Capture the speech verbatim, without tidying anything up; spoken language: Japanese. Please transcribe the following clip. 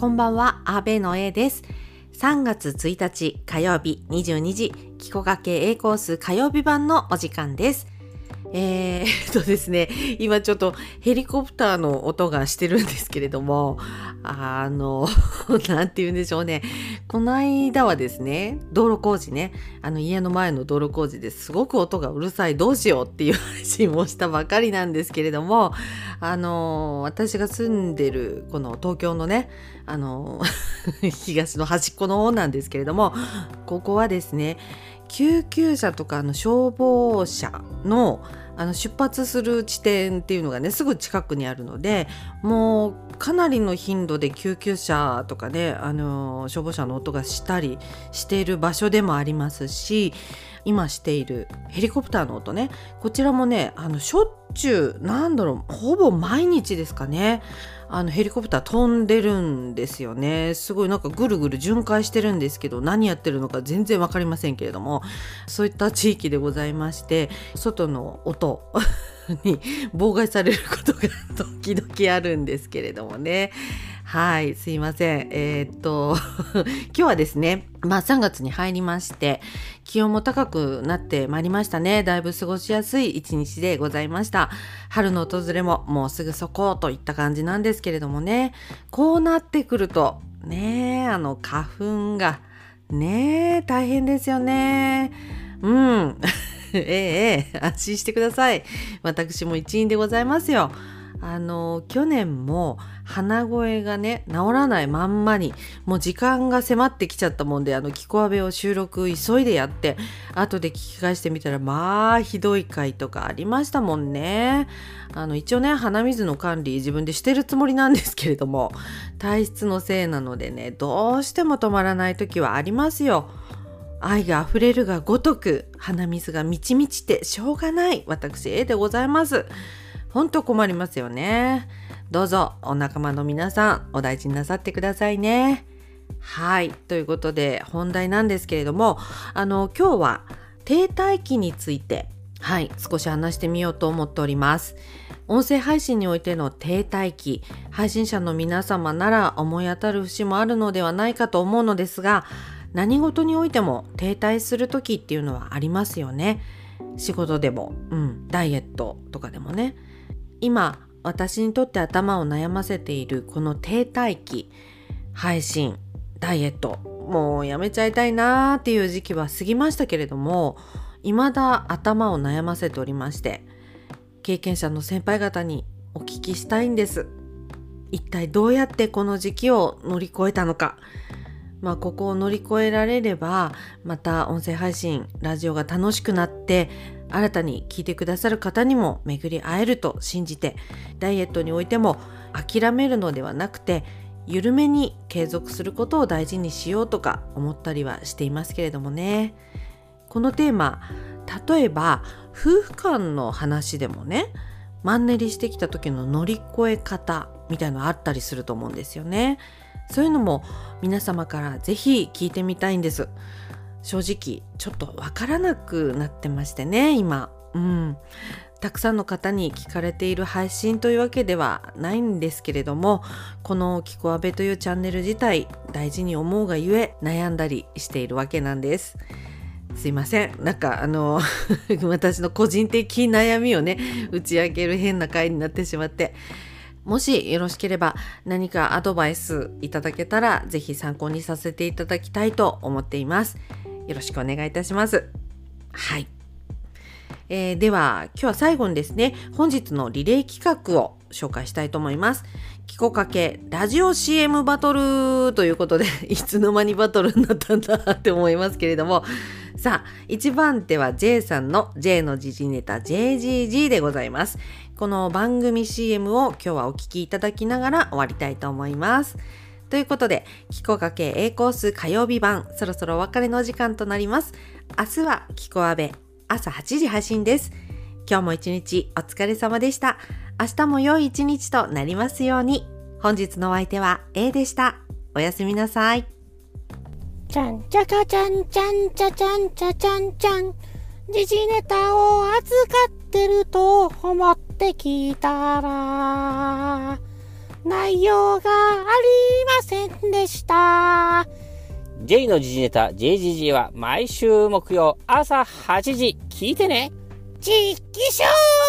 こんばんは、阿部の A です。さんがつついたち火曜日にじゅうにじ、キコ掛け A コース火曜日版のお時間です。えー、っとですね、今ちょっとヘリコプターの音がしてるんですけれども、あの、なんて言うんでしょうね。この間はですね、道路工事ね、あの家の前の道路工事ですごく音がうるさい、どうしようっていう配信をしたばかりなんですけれども、あの、私が住んでるこの東京のね、あの、東の端っこの方なんですけれども、ここはですね、救急車とかあの消防車のあの出発する地点っていうのがねすぐ近くにあるので、もうかなりの頻度で救急車とかね、あの消防車の音がしたりしている場所でもありますし、今しているヘリコプターの音ね、こちらもねあのしょっちゅうなんだろうほぼ毎日ですかね、あのヘリコプター飛んでるんですよね。すごいなんかぐるぐる巡回してるんですけど、何やってるのか全然わかりませんけれども、そういった地域でございまして、外の音に妨害されることが時々あるんですけれどもね。はい、すいません。えー、っと今日はですね、まあさんがつに入りまして、気温も高くなってまいりましたね。だいぶ過ごしやすい一日でございました。春の訪れももうすぐそこといった感じなんですけれどもね、こうなってくるとね、あの花粉がね大変ですよね。うんええええ、安心してください。私も一員でございますよ。あの去年も鼻声がね治らないまんまに、もう時間が迫ってきちゃったもんで、あのキコアベを収録急いでやって、後で聞き返してみたらまあひどい回とかありましたもんね。あの一応ね鼻水の管理自分でしてるつもりなんですけれども、体質のせいなのでね、どうしても止まらない時はありますよ。愛があふれるがごとく鼻水が満ち満ちてしょうがない私 A でございます。本当困りますよね。どうぞお仲間の皆さんお大事になさってくださいね。はい、ということで本題なんですけれども、あの今日は停滞期についてはい少し話してみようと思っております。音声配信においての停滞期、配信者の皆様なら思い当たる節もあるのではないかと思うのですが、何事においても停滞する時っていうのはありますよね。仕事でも、うん、ダイエットとかでもね。今私にとって頭を悩ませているこの停滞期、配信、ダイエット、もうやめちゃいたいなーっていう時期は過ぎましたけれども、未だ頭を悩ませておりまして、経験者の先輩方にお聞きしたいんです。一体どうやってこの時期を乗り越えたのか。まあここを乗り越えられれば、また音声配信、ラジオが楽しくなって、新たに聞いてくださる方にも巡り会えると信じて、ダイエットにおいても諦めるのではなくて、緩めに継続することを大事にしようとか思ったりはしていますけれどもね。このテーマ、例えば夫婦間の話でもね、マンネリしてきた時の乗り越え方みたいなのあったりすると思うんですよね。そういうのも皆様からぜひ聞いてみたいんです。正直ちょっとわからなくなってましてね、今、うん、たくさんの方に聞かれている配信というわけではないんですけれども、このキコアベというチャンネル自体大事に思うがゆえ悩んだりしているわけなんです。すいません、なんかあの私の個人的悩みをね打ち明ける変な回になってしまって、もしよろしければ何かアドバイスいただけたらぜひ参考にさせていただきたいと思っています。よろしくお願いいたします。はい、えー、では今日は最後にですね、本日のリレー企画を紹介したいと思います。キコかけラジオ シーエム バトルということで、いつの間にバトルになったんだって思いますけれども、さあいちばん手は J さんの J の時事ネタ ジェイジージー でございます。この番組 シーエム を今日はお聞きいただきながら終わりたいと思います。ということで、キコかけ A コース火曜日版、そろそろお別れの時間となります。明日はキコアベ朝はちじ配信です。今日も一日お疲れ様でした。明日も良い一日となりますように。本日のお相手は A でした。おやすみなさい。 ちゃんちゃかちゃんちゃんちゃちゃんちゃちゃんちゃん。時事ネタを預かってると思って聞いたら、内容がありません。 せんでした。 J の時事ネタ ジェイジージー は毎週木曜朝はちじ聞いてね。 ちっきしょー